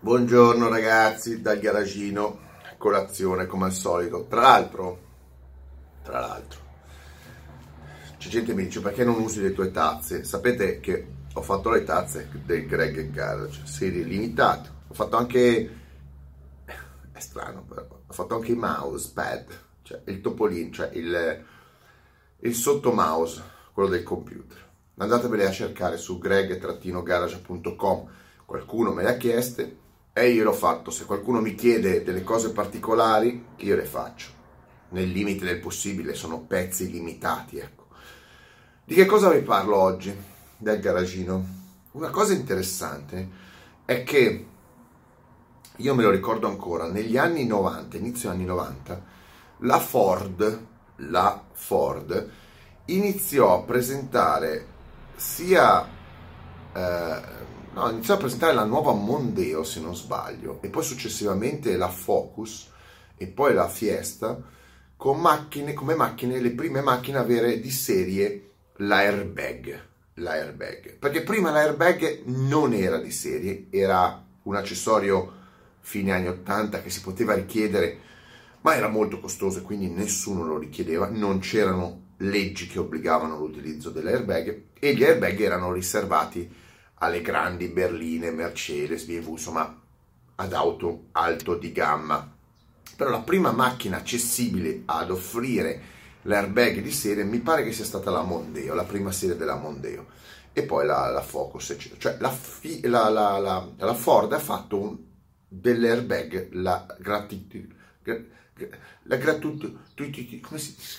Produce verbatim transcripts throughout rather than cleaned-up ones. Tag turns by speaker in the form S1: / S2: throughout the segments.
S1: Buongiorno ragazzi, dal garagino, colazione come al solito. Tra l'altro, tra l'altro, c'è gente che mi dice perché non usi le tue tazze? Sapete che ho fatto le tazze del Greg Garage, serie limitata. Ho fatto anche, è strano però, ho fatto anche i mousepad, cioè il topolino, cioè il, il sotto mouse, quello del computer. Andatevele a cercare su greg garage punto com, qualcuno me le ha chieste e io l'ho fatto. Se qualcuno mi chiede delle cose particolari, io le faccio, nel limite del possibile, sono pezzi limitati, ecco. Di che cosa vi parlo oggi del garagino? Una cosa interessante è che io me lo ricordo ancora, negli anni novanta, inizio anni novanta, la Ford, la Ford iniziò a presentare sia eh, no, iniziò a presentare la nuova Mondeo, se non sbaglio, e poi successivamente la Focus e poi la Fiesta, con macchine, come macchine, le prime macchine a avere di serie l'airbag, l'airbag, perché prima l'airbag non era di serie, era un accessorio fine anni ottanta che si poteva richiedere, ma era molto costoso e quindi nessuno lo richiedeva, non c'erano leggi che obbligavano l'utilizzo dell'airbag e gli airbag erano riservati alle grandi berline, Mercedes, B M W, insomma ad auto alto di gamma. Però la prima macchina accessibile ad offrire l'airbag di serie mi pare che sia stata la Mondeo, la prima serie della Mondeo, e poi la, la Focus, eccetera. Cioè la, la, la, la, la Ford ha fatto un, dell'airbag la gratitudine, la gratitudine, come si dice?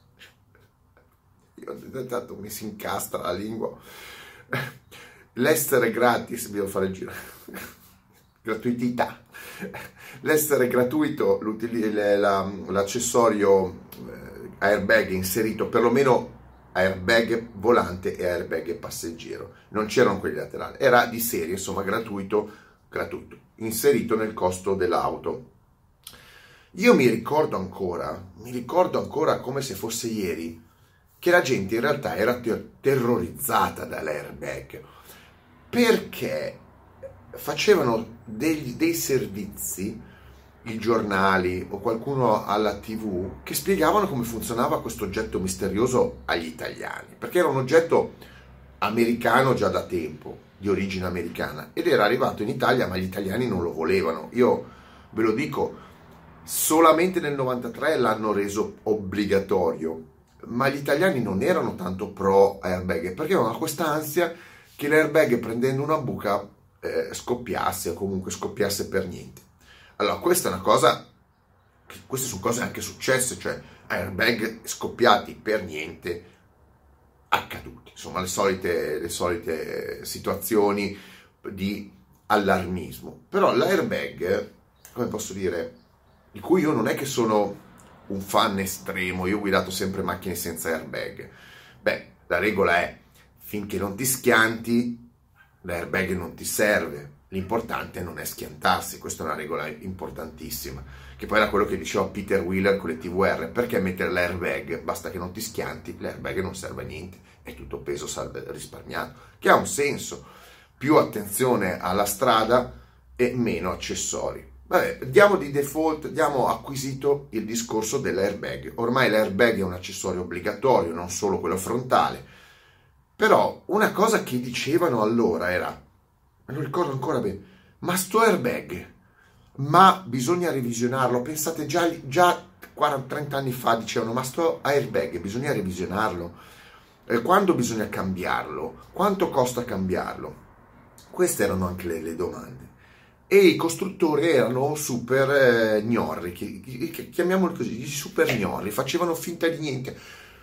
S1: Io tanto mi si incastra la lingua. L'essere gratis, devo fare il giro, gratuità, l'essere gratuito, l'accessorio airbag inserito, perlomeno airbag volante e airbag passeggero, non c'erano quelli laterali, era di serie, insomma gratuito, gratuito, inserito nel costo dell'auto. Io mi ricordo ancora, mi ricordo ancora come se fosse ieri, che la gente in realtà era terrorizzata dall'airbag, perché facevano dei, dei servizi, i giornali o qualcuno alla tivù, che spiegavano come funzionava questo oggetto misterioso agli italiani, perché era un oggetto americano già da tempo, di origine americana, ed era arrivato in Italia, ma gli italiani non lo volevano. Io ve lo dico, solamente nel novantatré l'hanno reso obbligatorio, ma gli italiani non erano tanto pro airbag, perché avevano questa ansia che l'airbag, prendendo una buca, eh, scoppiasse o comunque scoppiasse per niente. Allora, questa è una cosa, queste sono cose anche successe, cioè airbag scoppiati per niente, accaduti, insomma le solite, le solite situazioni di allarmismo. Però l'airbag, come posso dire, di cui io non è che sono un fan estremo, io ho guidato sempre macchine senza airbag. Beh, la regola è, finché non ti schianti, l'airbag non ti serve. L'importante non è schiantarsi, questa è una regola importantissima, che poi era quello che diceva Peter Wheeler con le T V R. Perché mettere l'airbag? Basta che non ti schianti, l'airbag non serve a niente, è tutto peso risparmiato, che ha un senso. Più attenzione alla strada e meno accessori. Vabbè, diamo di default, diamo acquisito il discorso dell'airbag. Ormai l'airbag è un accessorio obbligatorio, non solo quello frontale. Però una cosa che dicevano allora era, me lo ricordo ancora bene, ma sto airbag, ma bisogna revisionarlo. Pensate, già, già quaranta trenta anni fa dicevano, ma sto airbag bisogna revisionarlo, eh, quando bisogna cambiarlo, quanto costa cambiarlo? Queste erano anche le, le domande. E i costruttori erano super eh, gnorri, chi, chi, chiamiamoli così, super gnorri, facevano finta di niente.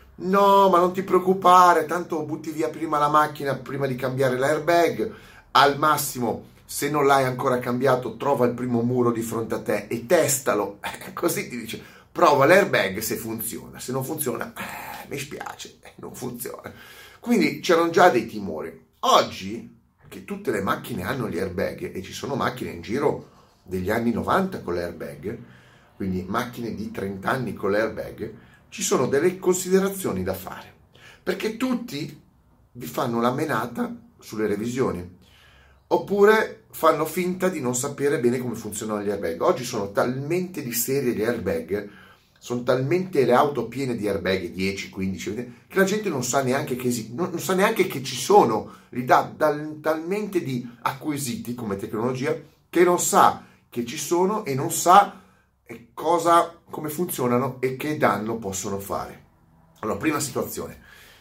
S1: No, ma non ti preoccupare, tanto butti via prima la macchina prima di cambiare l'airbag. Al massimo, se non l'hai ancora cambiato, trova il primo muro di fronte a te e testalo. Così ti dice, prova l'airbag se funziona, se non funziona, eh, mi spiace, non funziona. Quindi c'erano già dei timori. Oggi, che tutte le macchine hanno gli airbag, e ci sono macchine in giro degli anni novanta con l'airbag, quindi macchine di trenta anni con l'airbag, ci sono delle considerazioni da fare, perché tutti vi fanno la menata sulle revisioni. oppure fanno finta di non sapere bene come funzionano gli airbag. Oggi sono talmente di serie gli airbag, sono talmente le auto piene di airbag, dieci, quindici, che la gente non sa neanche che, esi- non, non sa neanche che ci sono, li dà dal- talmente di acquisiti come tecnologia che non sa che ci sono e non sa cosa, come funzionano e che danno possono fare. Allora, prima situazione,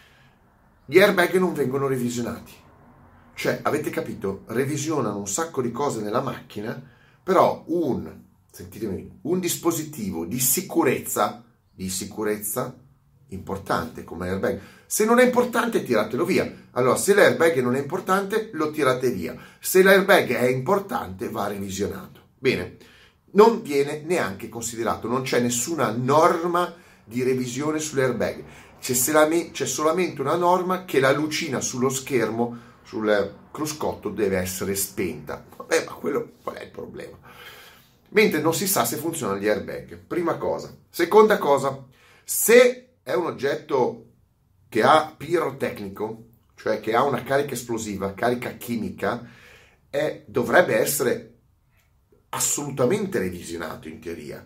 S1: gli airbag non vengono revisionati, cioè, avete capito? Revisionano un sacco di cose nella macchina, però un Sentitemi, un dispositivo di sicurezza, di sicurezza importante come l'airbag. Se non è importante, tiratelo via. Allora, se l'airbag non è importante, lo tirate via. Se l'airbag è importante, va revisionato. Bene, non viene neanche considerato, non c'è nessuna norma di revisione sull'airbag. C'è, c'è solamente una norma che la lucina sullo schermo, sul cruscotto, deve essere spenta. Vabbè, ma quello qual è il problema? Mentre non si sa se funzionano gli airbag. Prima cosa. Seconda cosa, se è un oggetto che ha pirotecnico, cioè che ha una carica esplosiva, carica chimica, è, dovrebbe essere assolutamente revisionato in teoria,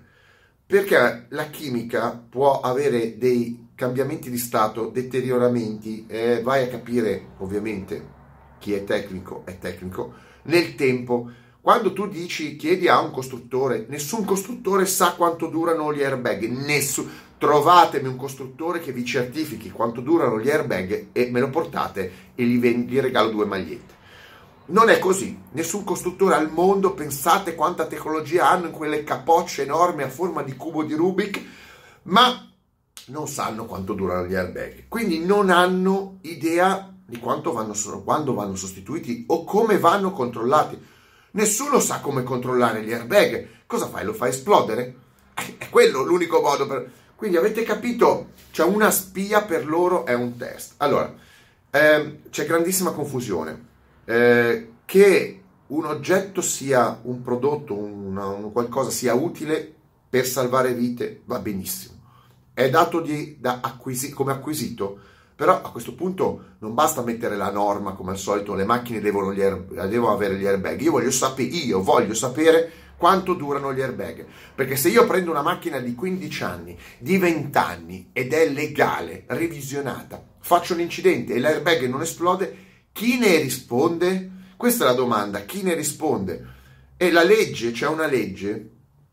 S1: perché la chimica può avere dei cambiamenti di stato, deterioramenti, eh, vai a capire ovviamente chi è tecnico è tecnico, nel tempo. Quando tu dici, chiedi a un costruttore, nessun costruttore sa quanto durano gli airbag, nessun, trovatemi un costruttore che vi certifichi quanto durano gli airbag e me lo portate e gli, ven- gli regalo due magliette. Non è così, nessun costruttore al mondo, pensate quanta tecnologia hanno in quelle capocce enormi a forma di cubo di Rubik, ma non sanno quanto durano gli airbag, quindi non hanno idea di quanto vanno, quando vanno sostituiti o come vanno controllati. Nessuno sa come controllare gli airbag. Cosa fai? Lo fai esplodere? È quello l'unico modo per... Quindi avete capito? C'è una spia per loro, è un test. Allora, eh, c'è grandissima confusione. Eh, che un oggetto sia un prodotto, una, un qualcosa sia utile per salvare vite, va benissimo. È dato di, da acquisi, come acquisito. Però a questo punto non basta mettere la norma come al solito, le macchine devono, gli air, devono avere gli airbag. Io voglio sapere, io voglio sapere quanto durano gli airbag, perché se io prendo una macchina di quindici anni, di venti anni ed è legale, revisionata, faccio un incidente e l'airbag non esplode, chi ne risponde? Questa è la domanda, chi ne risponde? E la legge, c'è una legge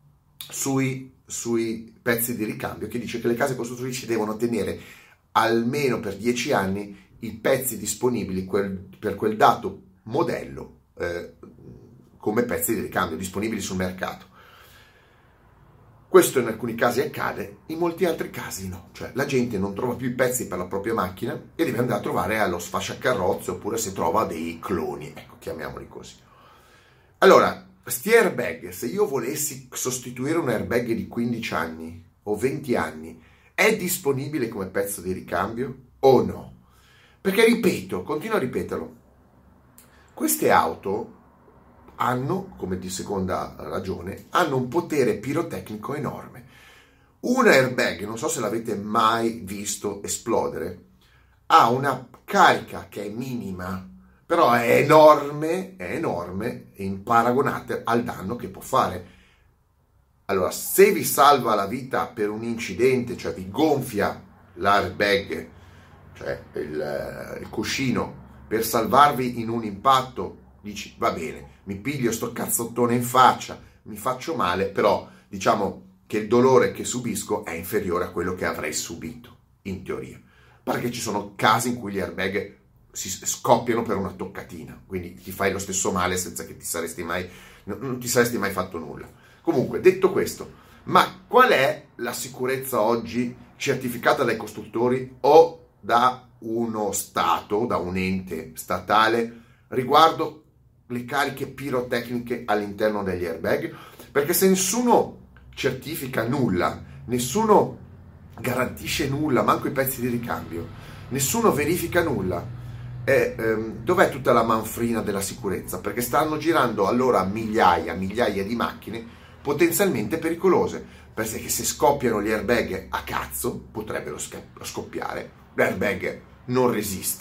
S1: sui, sui pezzi di ricambio che dice che le case costruttrici devono tenere almeno per dieci anni i pezzi disponibili quel, per quel dato modello eh, come pezzi di ricambio disponibili sul mercato. Questo in alcuni casi accade, in molti altri casi no, cioè la gente non trova più i pezzi per la propria macchina e deve andare a trovare allo sfasciacarrozze oppure se trova dei cloni, ecco, chiamiamoli così. Allora, sti airbag, se io volessi sostituire un airbag di quindici anni o venti anni, è disponibile come pezzo di ricambio o no? Perché ripeto, continuo a ripeterlo, queste auto hanno, come di seconda ragione, hanno un potere pirotecnico enorme. Un airbag, non so se l'avete mai visto esplodere, ha una carica che è minima, però è enorme, è enorme in paragonata al danno che può fare. Allora, se vi salva la vita per un incidente, cioè vi gonfia l'airbag, cioè il, il cuscino, per salvarvi in un impatto, dici, va bene, mi piglio sto cazzottone in faccia, mi faccio male, però diciamo che il dolore che subisco è inferiore a quello che avrei subito, in teoria. Perché ci sono casi in cui gli airbag si scoppiano per una toccatina, quindi ti fai lo stesso male senza che ti saresti mai, non ti saresti mai fatto nulla. Comunque, detto questo, ma qual è la sicurezza oggi certificata dai costruttori o da uno Stato, da un ente statale, riguardo le cariche pirotecniche all'interno degli airbag? Perché se nessuno certifica nulla, nessuno garantisce nulla, manco i pezzi di ricambio, nessuno verifica nulla, E, ehm, dov'è tutta la manfrina della sicurezza? Perché stanno girando allora migliaia, migliaia di macchine potenzialmente pericolose, perché se scoppiano gli airbag a cazzo potrebbero scoppiare, l'airbag non resiste,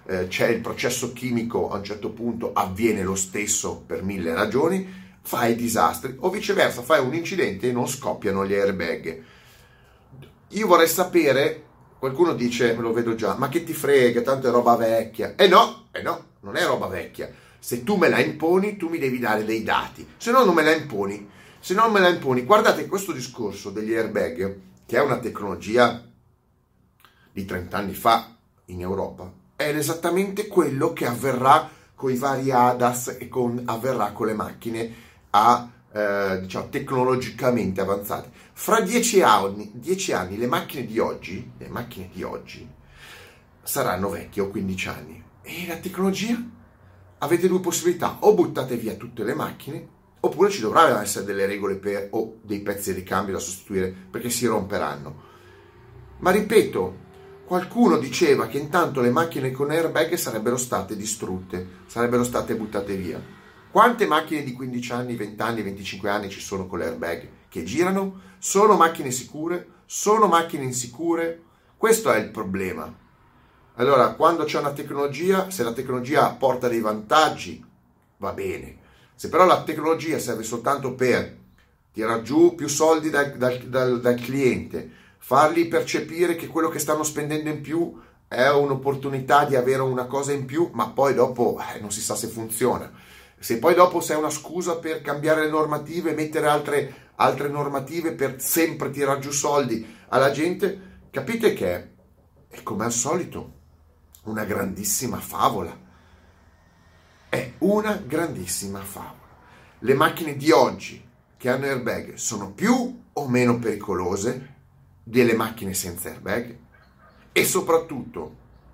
S1: eh, c'è il processo chimico, a un certo punto avviene lo stesso per mille ragioni, fai disastri, o viceversa fai un incidente e non scoppiano gli airbag. Io vorrei sapere, qualcuno dice, me lo vedo già, ma che ti frega, tanto è roba vecchia. E eh no, eh no, non è roba vecchia. Se tu me la imponi, tu mi devi dare dei dati, se no non me la imponi. Se non me la imponi, guardate questo discorso degli airbag, che è una tecnologia di trenta anni fa in Europa, è esattamente quello che avverrà con i vari A D A S e con, avverrà con le macchine a, eh, diciamo, tecnologicamente avanzate. Fra dieci anni, dieci anni le macchine di oggi, le macchine di oggi saranno vecchie o quindici anni. E la tecnologia? Avete due possibilità: o buttate via tutte le macchine, oppure ci dovranno essere delle regole per, o dei pezzi di ricambio da sostituire, perché si romperanno. Ma ripeto, qualcuno diceva che intanto le macchine con airbag sarebbero state distrutte, sarebbero state buttate via. Quante macchine di quindici anni, venti anni, venticinque anni ci sono con l'airbag che girano? Sono macchine sicure? Sono macchine insicure? Questo è il problema. Allora, quando c'è una tecnologia, se la tecnologia porta dei vantaggi, va bene. Se però la tecnologia serve soltanto per tirare giù più soldi dal, dal, dal, dal cliente, fargli percepire che quello che stanno spendendo in più è un'opportunità di avere una cosa in più, ma poi dopo eh, non si sa se funziona. Se poi dopo sei una scusa per cambiare le normative e mettere altre, altre normative per sempre tirare giù soldi alla gente, capite che è, è come al solito una grandissima favola. È una grandissima favola. Le macchine di oggi che hanno airbag sono più o meno pericolose delle macchine senza airbag? E soprattutto,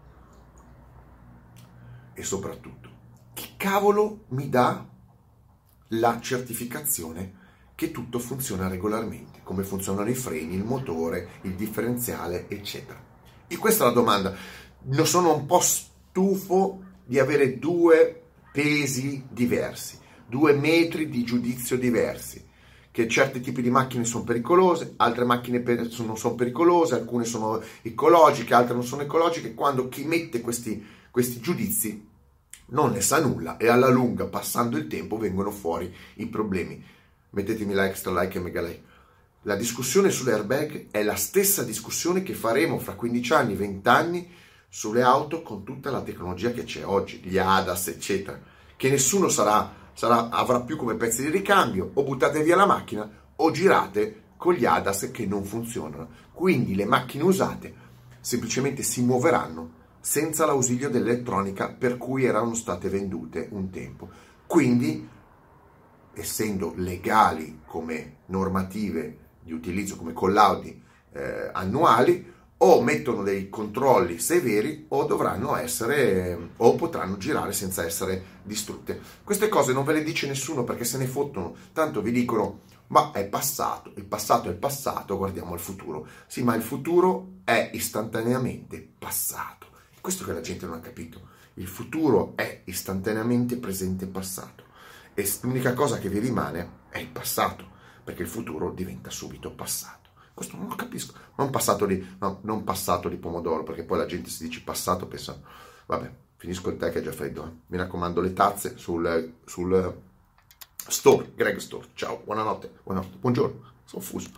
S1: e soprattutto, chi cavolo mi dà la certificazione che tutto funziona regolarmente, come funzionano i freni, il motore, il differenziale, eccetera? E questa è la domanda. Non sono un po' stufo di avere due pesi diversi, due metri di giudizio diversi, che certi tipi di macchine sono pericolose, altre macchine non sono pericolose, alcune sono ecologiche, altre non sono ecologiche, quando chi mette questi, questi giudizi non ne sa nulla e alla lunga, passando il tempo, vengono fuori i problemi. Mettetemi like, extra like e mega like. La discussione sull'airbag è la stessa discussione che faremo fra quindici anni, venti anni sulle auto con tutta la tecnologia che c'è oggi, gli A D A S, eccetera, che nessuno sarà, sarà, avrà più come pezzi di ricambio, o buttate via la macchina o girate con gli A D A S che non funzionano. Quindi le macchine usate semplicemente si muoveranno senza l'ausilio dell'elettronica per cui erano state vendute un tempo. Quindi, essendo legali come normative di utilizzo, come collaudi eh, annuali, o mettono dei controlli severi o dovranno essere o potranno girare senza essere distrutte. Queste cose non ve le dice nessuno perché se ne fottono, tanto vi dicono ma è passato, il passato è il passato, guardiamo al futuro. Sì, ma il futuro è istantaneamente passato. Questo che la gente non ha capito. Il futuro è istantaneamente presente e passato e l'unica cosa che vi rimane è il passato, perché il futuro diventa subito passato. Questo non lo capisco, non passato di, no, non passato di pomodoro, perché poi la gente si dice passato, pensa, vabbè, finisco il tè che è già freddo, eh. Mi raccomando, le tazze sul, sul store, Greg Store, ciao, buonanotte, buonanotte, buongiorno, sono fuso.